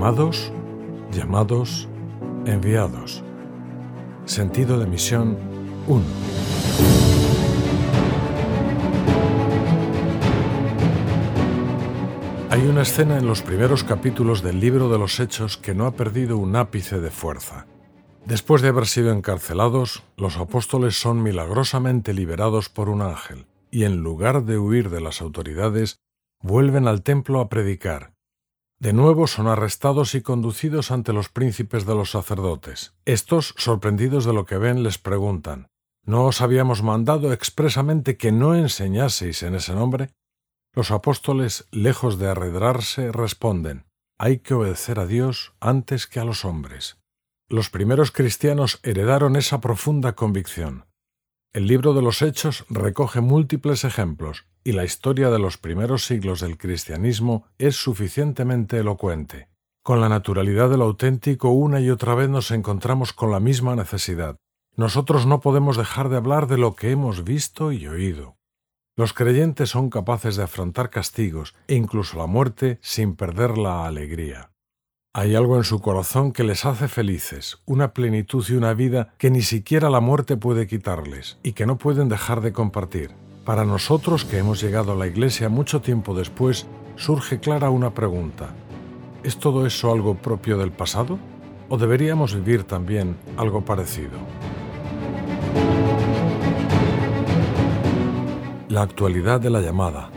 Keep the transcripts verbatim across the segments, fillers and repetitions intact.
Llamados, llamados, enviados. Sentido de misión uno. Hay una escena en los primeros capítulos del libro de los Hechos que no ha perdido un ápice de fuerza. Después de haber sido encarcelados, los apóstoles son milagrosamente liberados por un ángel y en lugar de huir de las autoridades, vuelven al templo a predicar. De nuevo son arrestados y conducidos ante los príncipes de los sacerdotes. Estos, sorprendidos de lo que ven, les preguntan: ¿No os habíamos mandado expresamente que no enseñaseis en ese nombre? Los apóstoles, lejos de arredrarse, responden: hay que obedecer a Dios antes que a los hombres. Los primeros cristianos heredaron esa profunda convicción. El libro de los Hechos recoge múltiples ejemplos, y la historia de los primeros siglos del cristianismo es suficientemente elocuente. Con la naturalidad de lo auténtico, una y otra vez nos encontramos con la misma necesidad. Nosotros no podemos dejar de hablar de lo que hemos visto y oído. Los creyentes son capaces de afrontar castigos e incluso la muerte sin perder la alegría. Hay algo en su corazón que les hace felices, una plenitud y una vida que ni siquiera la muerte puede quitarles y que no pueden dejar de compartir. Para nosotros que hemos llegado a la Iglesia mucho tiempo después, surge clara una pregunta: ¿es todo eso algo propio del pasado? ¿O deberíamos vivir también algo parecido? La actualidad de la llamada.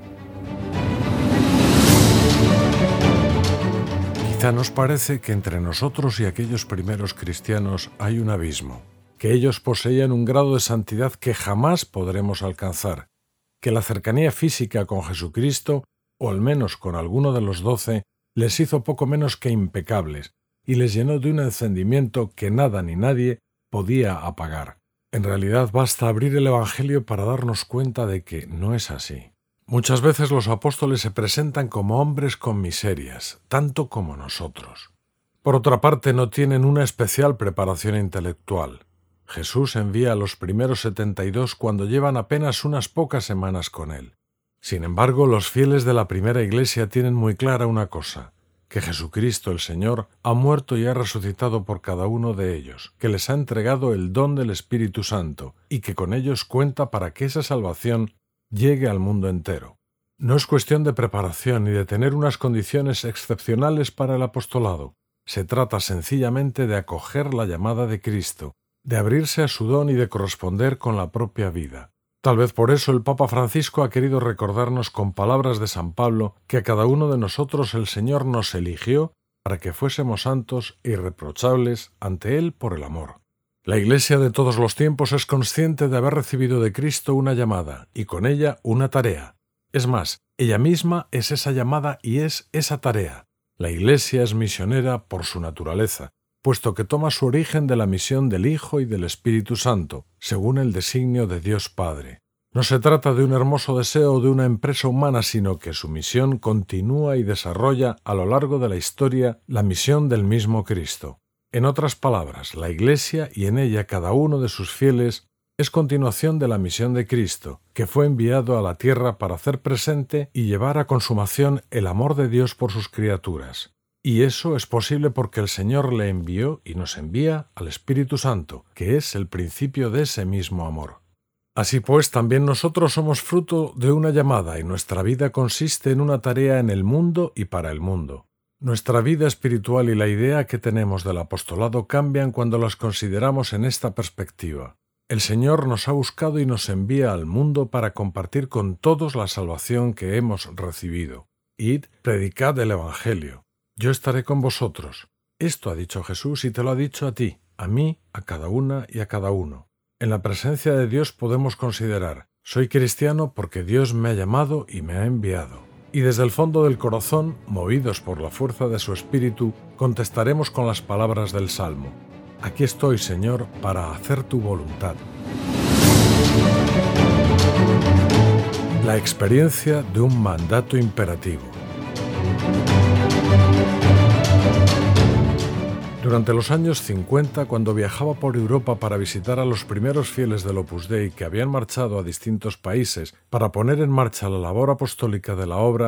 Quizá nos parece que entre nosotros y aquellos primeros cristianos hay un abismo, que ellos poseían un grado de santidad que jamás podremos alcanzar, que la cercanía física con Jesucristo, o al menos con alguno de los doce, les hizo poco menos que impecables y les llenó de un encendimiento que nada ni nadie podía apagar. En realidad basta abrir el Evangelio para darnos cuenta de que no es así. Muchas veces los apóstoles se presentan como hombres con miserias, tanto como nosotros. Por otra parte, no tienen una especial preparación intelectual. Jesús envía a los primeros setenta y dos cuando llevan apenas unas pocas semanas con él. Sin embargo, los fieles de la primera iglesia tienen muy clara una cosa: que Jesucristo el Señor ha muerto y ha resucitado por cada uno de ellos, que les ha entregado el don del Espíritu Santo y que con ellos cuenta para que esa salvación llegue al mundo entero. No es cuestión de preparación ni de tener unas condiciones excepcionales para el apostolado. Se trata sencillamente de acoger la llamada de Cristo, de abrirse a su don y de corresponder con la propia vida. Tal vez por eso el Papa Francisco ha querido recordarnos con palabras de San Pablo que a cada uno de nosotros el Señor nos eligió para que fuésemos santos e irreprochables ante Él por el amor. La Iglesia de todos los tiempos es consciente de haber recibido de Cristo una llamada y con ella una tarea. Es más, ella misma es esa llamada y es esa tarea. La Iglesia es misionera por su naturaleza, puesto que toma su origen de la misión del Hijo y del Espíritu Santo, según el designio de Dios Padre. No se trata de un hermoso deseo o de una empresa humana, sino que su misión continúa y desarrolla a lo largo de la historia la misión del mismo Cristo. En otras palabras, la Iglesia y en ella cada uno de sus fieles es continuación de la misión de Cristo, que fue enviado a la tierra para hacer presente y llevar a consumación el amor de Dios por sus criaturas. Y eso es posible porque el Señor le envió y nos envía al Espíritu Santo, que es el principio de ese mismo amor. Así pues, también nosotros somos fruto de una llamada y nuestra vida consiste en una tarea en el mundo y para el mundo. Nuestra vida espiritual y la idea que tenemos del apostolado cambian cuando las consideramos en esta perspectiva. El Señor nos ha buscado y nos envía al mundo para compartir con todos la salvación que hemos recibido. Id, predicad el Evangelio. Yo estaré con vosotros. Esto ha dicho Jesús y te lo ha dicho a ti, a mí, a cada una y a cada uno. En la presencia de Dios podemos considerar: soy cristiano porque Dios me ha llamado y me ha enviado. Y desde el fondo del corazón, movidos por la fuerza de su Espíritu, contestaremos con las palabras del Salmo: aquí estoy, Señor, para hacer tu voluntad. La experiencia de un mandato imperativo. Durante los años cincuenta, cuando viajaba por Europa para visitar a los primeros fieles del Opus Dei que habían marchado a distintos países para poner en marcha la labor apostólica de la obra,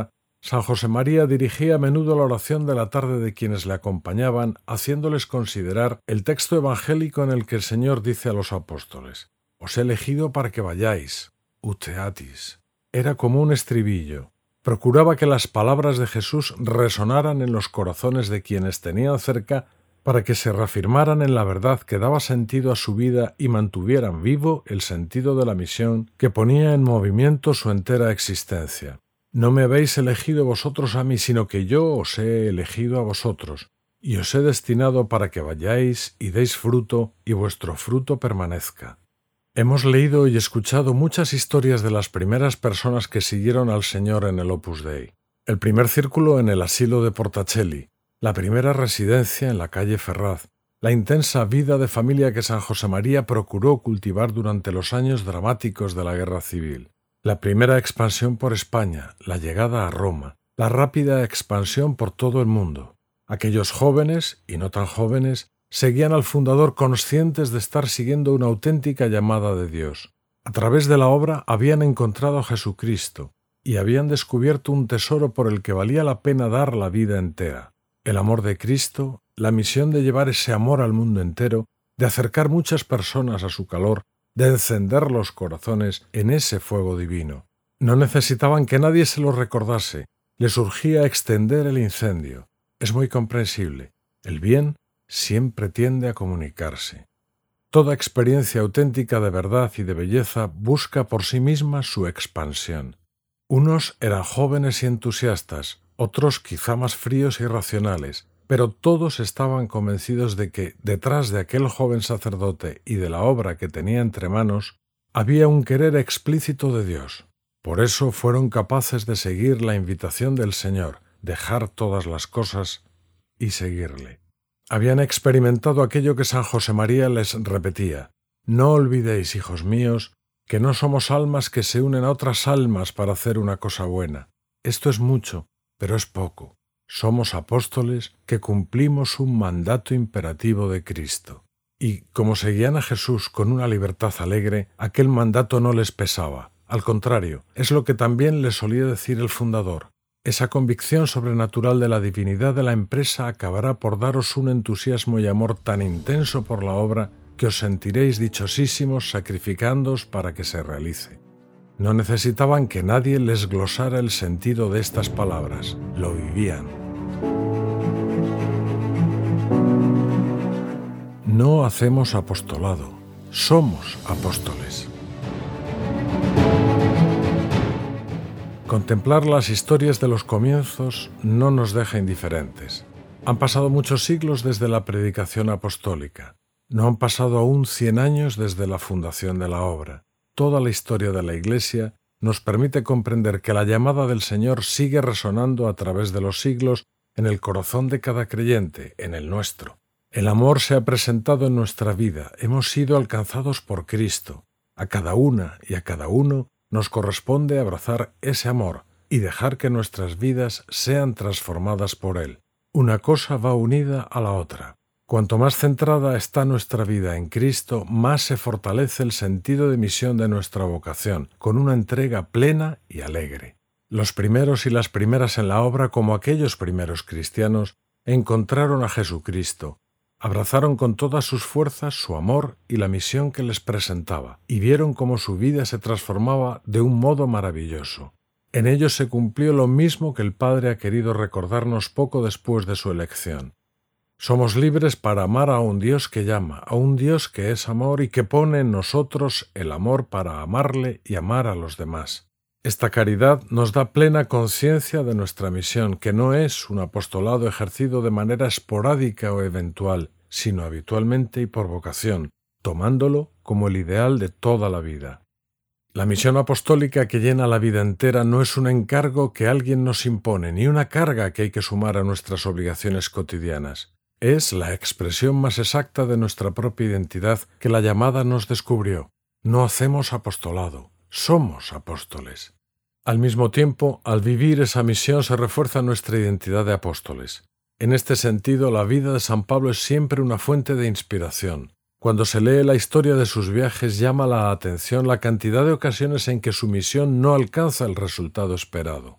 San José María dirigía a menudo la oración de la tarde de quienes le acompañaban, haciéndoles considerar el texto evangélico en el que el Señor dice a los apóstoles: «Os he elegido para que vayáis, uteatis». Era como un estribillo. Procuraba que las palabras de Jesús resonaran en los corazones de quienes tenían cerca para que se reafirmaran en la verdad que daba sentido a su vida y mantuvieran vivo el sentido de la misión que ponía en movimiento su entera existencia. No me habéis elegido vosotros a mí, sino que yo os he elegido a vosotros, y os he destinado para que vayáis y deis fruto, y vuestro fruto permanezca. Hemos leído y escuchado muchas historias de las primeras personas que siguieron al Señor en el Opus Dei. El primer círculo en el asilo de Portacelli, la primera residencia en la calle Ferraz, la intensa vida de familia que San José María procuró cultivar durante los años dramáticos de la Guerra Civil, la primera expansión por España, la llegada a Roma, la rápida expansión por todo el mundo. Aquellos jóvenes, y no tan jóvenes, seguían al fundador conscientes de estar siguiendo una auténtica llamada de Dios. A través de la obra habían encontrado a Jesucristo y habían descubierto un tesoro por el que valía la pena dar la vida entera. El amor de Cristo, la misión de llevar ese amor al mundo entero, de acercar muchas personas a su calor, de encender los corazones en ese fuego divino. No necesitaban que nadie se lo recordase, les urgía extender el incendio. Es muy comprensible. El bien siempre tiende a comunicarse. Toda experiencia auténtica de verdad y de belleza busca por sí misma su expansión. Unos eran jóvenes y entusiastas, otros quizá más fríos y racionales, pero todos estaban convencidos de que, detrás de aquel joven sacerdote y de la obra que tenía entre manos, había un querer explícito de Dios. Por eso fueron capaces de seguir la invitación del Señor, dejar todas las cosas y seguirle. Habían experimentado aquello que San José María les repetía: «No olvidéis, hijos míos, que no somos almas que se unen a otras almas para hacer una cosa buena. Esto es mucho, pero es poco. Somos apóstoles que cumplimos un mandato imperativo de Cristo». Y, como seguían a Jesús con una libertad alegre, aquel mandato no les pesaba. Al contrario, es lo que también les solía decir el fundador: esa convicción sobrenatural de la divinidad de la empresa acabará por daros un entusiasmo y amor tan intenso por la obra que os sentiréis dichosísimos sacrificándoos para que se realice. No necesitaban que nadie les glosara el sentido de estas palabras, lo vivían. No hacemos apostolado, somos apóstoles. Contemplar las historias de los comienzos no nos deja indiferentes. Han pasado muchos siglos desde la predicación apostólica. No han pasado aún cien años desde la fundación de la obra. Toda la historia de la Iglesia nos permite comprender que la llamada del Señor sigue resonando a través de los siglos en el corazón de cada creyente, en el nuestro. El amor se ha presentado en nuestra vida, hemos sido alcanzados por Cristo. A cada una y a cada uno nos corresponde abrazar ese amor y dejar que nuestras vidas sean transformadas por él. Una cosa va unida a la otra. Cuanto más centrada está nuestra vida en Cristo, más se fortalece el sentido de misión de nuestra vocación, con una entrega plena y alegre. Los primeros y las primeras en la obra, como aquellos primeros cristianos, encontraron a Jesucristo, abrazaron con todas sus fuerzas su amor y la misión que les presentaba, y vieron cómo su vida se transformaba de un modo maravilloso. En ellos se cumplió lo mismo que el Padre ha querido recordarnos poco después de su elección. Somos libres para amar a un Dios que llama, a un Dios que es amor y que pone en nosotros el amor para amarle y amar a los demás. Esta caridad nos da plena conciencia de nuestra misión, que no es un apostolado ejercido de manera esporádica o eventual, sino habitualmente y por vocación, tomándolo como el ideal de toda la vida. La misión apostólica que llena la vida entera no es un encargo que alguien nos impone, ni una carga que hay que sumar a nuestras obligaciones cotidianas. Es la expresión más exacta de nuestra propia identidad que la llamada nos descubrió. No hacemos apostolado, somos apóstoles. Al mismo tiempo, al vivir esa misión se refuerza nuestra identidad de apóstoles. En este sentido, la vida de San Pablo es siempre una fuente de inspiración. Cuando se lee la historia de sus viajes, llama la atención la cantidad de ocasiones en que su misión no alcanza el resultado esperado.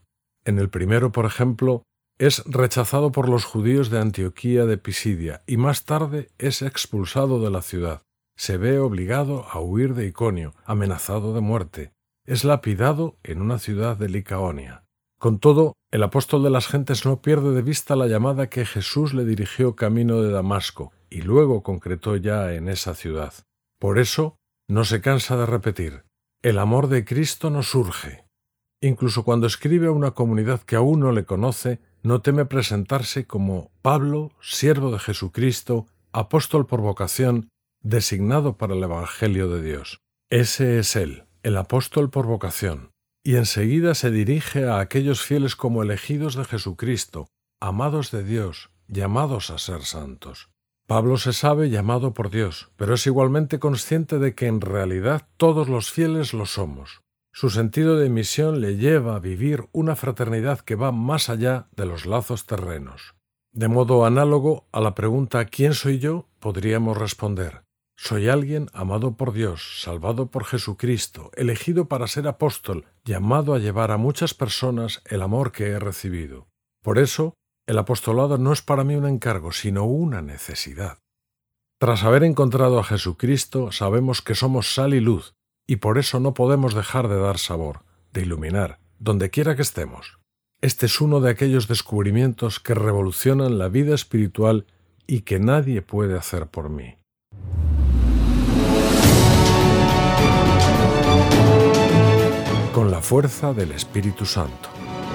En el primero, por ejemplo, es rechazado por los judíos de Antioquía de Pisidia y más tarde es expulsado de la ciudad. Se ve obligado a huir de Iconio, amenazado de muerte. Es lapidado en una ciudad de Licaonia. Con todo, el apóstol de las gentes no pierde de vista la llamada que Jesús le dirigió camino de Damasco y luego concretó ya en esa ciudad. Por eso, no se cansa de repetir: el amor de Cristo nos urge. Incluso cuando escribe a una comunidad que aún no le conoce, no teme presentarse como Pablo, siervo de Jesucristo, apóstol por vocación, designado para el Evangelio de Dios. Ese es él, el apóstol por vocación, y enseguida se dirige a aquellos fieles como elegidos de Jesucristo, amados de Dios, llamados a ser santos. Pablo se sabe llamado por Dios, pero es igualmente consciente de que en realidad todos los fieles lo somos. Su sentido de misión le lleva a vivir una fraternidad que va más allá de los lazos terrenos. De modo análogo a la pregunta ¿quién soy yo?, podríamos responder: soy alguien amado por Dios, salvado por Jesucristo, elegido para ser apóstol, llamado a llevar a muchas personas el amor que he recibido. Por eso, el apostolado no es para mí un encargo, sino una necesidad. Tras haber encontrado a Jesucristo, sabemos que somos sal y luz, y por eso no podemos dejar de dar sabor, de iluminar, donde quiera que estemos. Este es uno de aquellos descubrimientos que revolucionan la vida espiritual y que nadie puede hacer por mí. Con la fuerza del Espíritu Santo.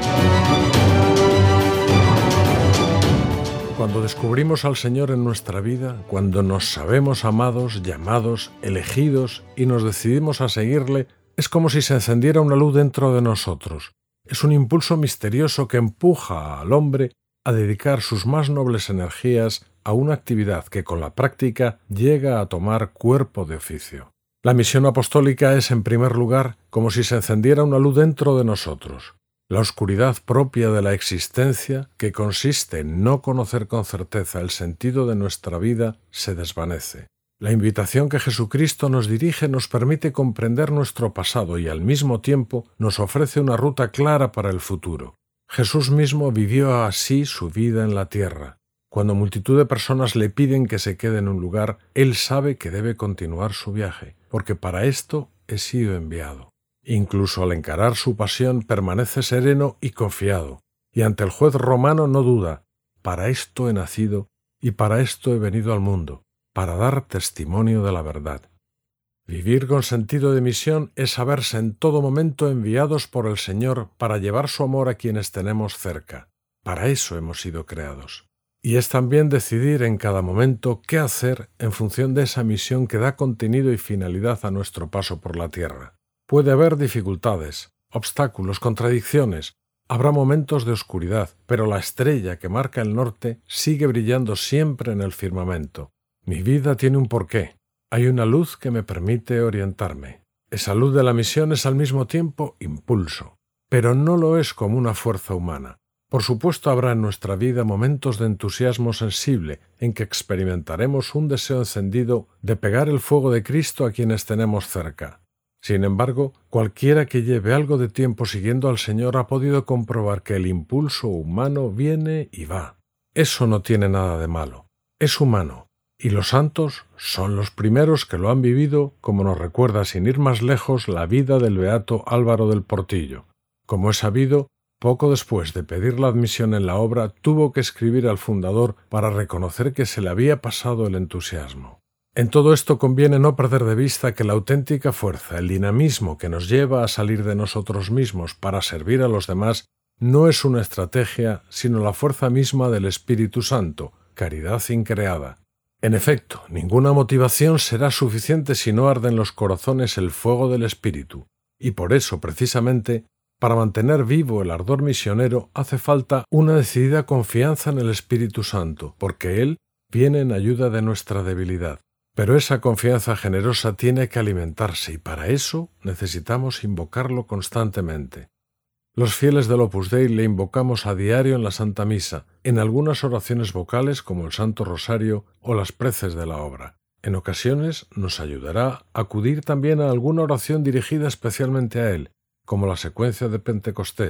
Cuando descubrimos al Señor en nuestra vida, cuando nos sabemos amados, llamados, elegidos y nos decidimos a seguirle, es como si se encendiera una luz dentro de nosotros. Es un impulso misterioso que empuja al hombre a dedicar sus más nobles energías a una actividad que con la práctica llega a tomar cuerpo de oficio. La misión apostólica es, en primer lugar, como si se encendiera una luz dentro de nosotros. La oscuridad propia de la existencia, que consiste en no conocer con certeza el sentido de nuestra vida, se desvanece. La invitación que Jesucristo nos dirige nos permite comprender nuestro pasado y al mismo tiempo nos ofrece una ruta clara para el futuro. Jesús mismo vivió así su vida en la tierra. Cuando multitud de personas le piden que se quede en un lugar, Él sabe que debe continuar su viaje, porque para esto he sido enviado. Incluso al encarar su pasión permanece sereno y confiado, y ante el juez romano no duda: para esto he nacido y para esto he venido al mundo, para dar testimonio de la verdad. Vivir con sentido de misión es saberse en todo momento enviados por el Señor para llevar su amor a quienes tenemos cerca. Para eso hemos sido creados. Y es también decidir en cada momento qué hacer en función de esa misión que da contenido y finalidad a nuestro paso por la tierra. Puede haber dificultades, obstáculos, contradicciones. Habrá momentos de oscuridad, pero la estrella que marca el norte sigue brillando siempre en el firmamento. Mi vida tiene un porqué. Hay una luz que me permite orientarme. Esa luz de la misión es al mismo tiempo impulso, pero no lo es como una fuerza humana. Por supuesto habrá en nuestra vida momentos de entusiasmo sensible en que experimentaremos un deseo encendido de pegar el fuego de Cristo a quienes tenemos cerca. Sin embargo, cualquiera que lleve algo de tiempo siguiendo al Señor ha podido comprobar que el impulso humano viene y va. Eso no tiene nada de malo. Es humano. Y los santos son los primeros que lo han vivido, como nos recuerda sin ir más lejos la vida del beato Álvaro del Portillo. Como es sabido, poco después de pedir la admisión en la obra, tuvo que escribir al fundador para reconocer que se le había pasado el entusiasmo. En todo esto conviene no perder de vista que la auténtica fuerza, el dinamismo que nos lleva a salir de nosotros mismos para servir a los demás, no es una estrategia, sino la fuerza misma del Espíritu Santo, caridad increada. En efecto, ninguna motivación será suficiente si no arde en los corazones el fuego del Espíritu, y por eso, precisamente, para mantener vivo el ardor misionero hace falta una decidida confianza en el Espíritu Santo, porque Él viene en ayuda de nuestra debilidad. Pero esa confianza generosa tiene que alimentarse y para eso necesitamos invocarlo constantemente. Los fieles del Opus Dei le invocamos a diario en la Santa Misa, en algunas oraciones vocales como el Santo Rosario o las preces de la obra. En ocasiones nos ayudará a acudir también a alguna oración dirigida especialmente a Él, como la secuencia de Pentecostés,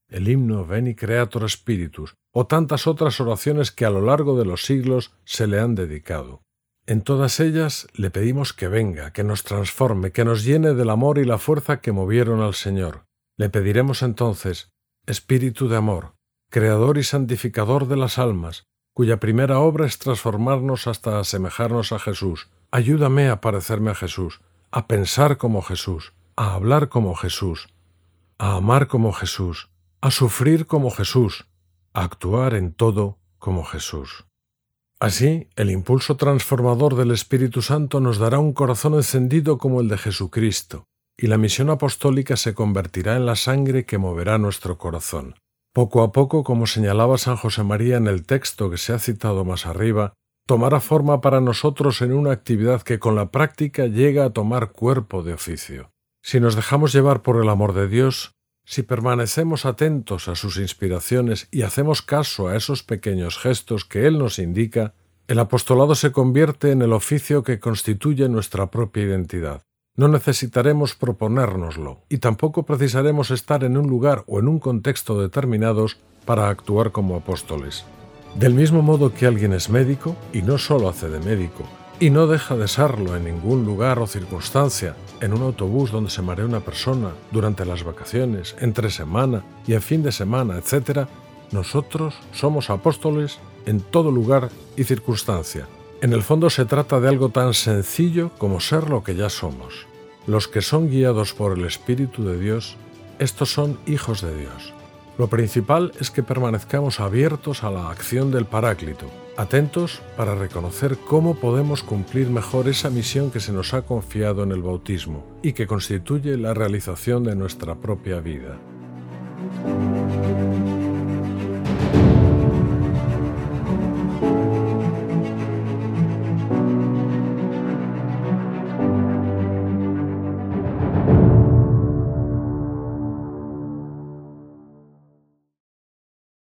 el himno Veni Creator Spiritus o tantas otras oraciones que a lo largo de los siglos se le han dedicado. En todas ellas le pedimos que venga, que nos transforme, que nos llene del amor y la fuerza que movieron al Señor. Le pediremos entonces: Espíritu de amor, creador y santificador de las almas, cuya primera obra es transformarnos hasta asemejarnos a Jesús. Ayúdame a parecerme a Jesús, a pensar como Jesús, a hablar como Jesús, a amar como Jesús, a sufrir como Jesús, a actuar en todo como Jesús. Así, el impulso transformador del Espíritu Santo nos dará un corazón encendido como el de Jesucristo, y la misión apostólica se convertirá en la sangre que moverá nuestro corazón. Poco a poco, como señalaba San José María en el texto que se ha citado más arriba, tomará forma para nosotros en una actividad que con la práctica llega a tomar cuerpo de oficio. Si nos dejamos llevar por el amor de Dios, si permanecemos atentos a sus inspiraciones y hacemos caso a esos pequeños gestos que Él nos indica, el apostolado se convierte en el oficio que constituye nuestra propia identidad. No necesitaremos proponérnoslo y tampoco precisaremos estar en un lugar o en un contexto determinados para actuar como apóstoles. Del mismo modo que alguien es médico, y no solo hace de médico, y no deja de serlo en ningún lugar o circunstancia, en un autobús donde se marea una persona, durante las vacaciones, entre semana y en fin de semana, etcétera, nosotros somos apóstoles en todo lugar y circunstancia. En el fondo se trata de algo tan sencillo como ser lo que ya somos. Los que son guiados por el Espíritu de Dios, estos son hijos de Dios. Lo principal es que permanezcamos abiertos a la acción del Paráclito, atentos para reconocer cómo podemos cumplir mejor esa misión que se nos ha confiado en el bautismo y que constituye la realización de nuestra propia vida.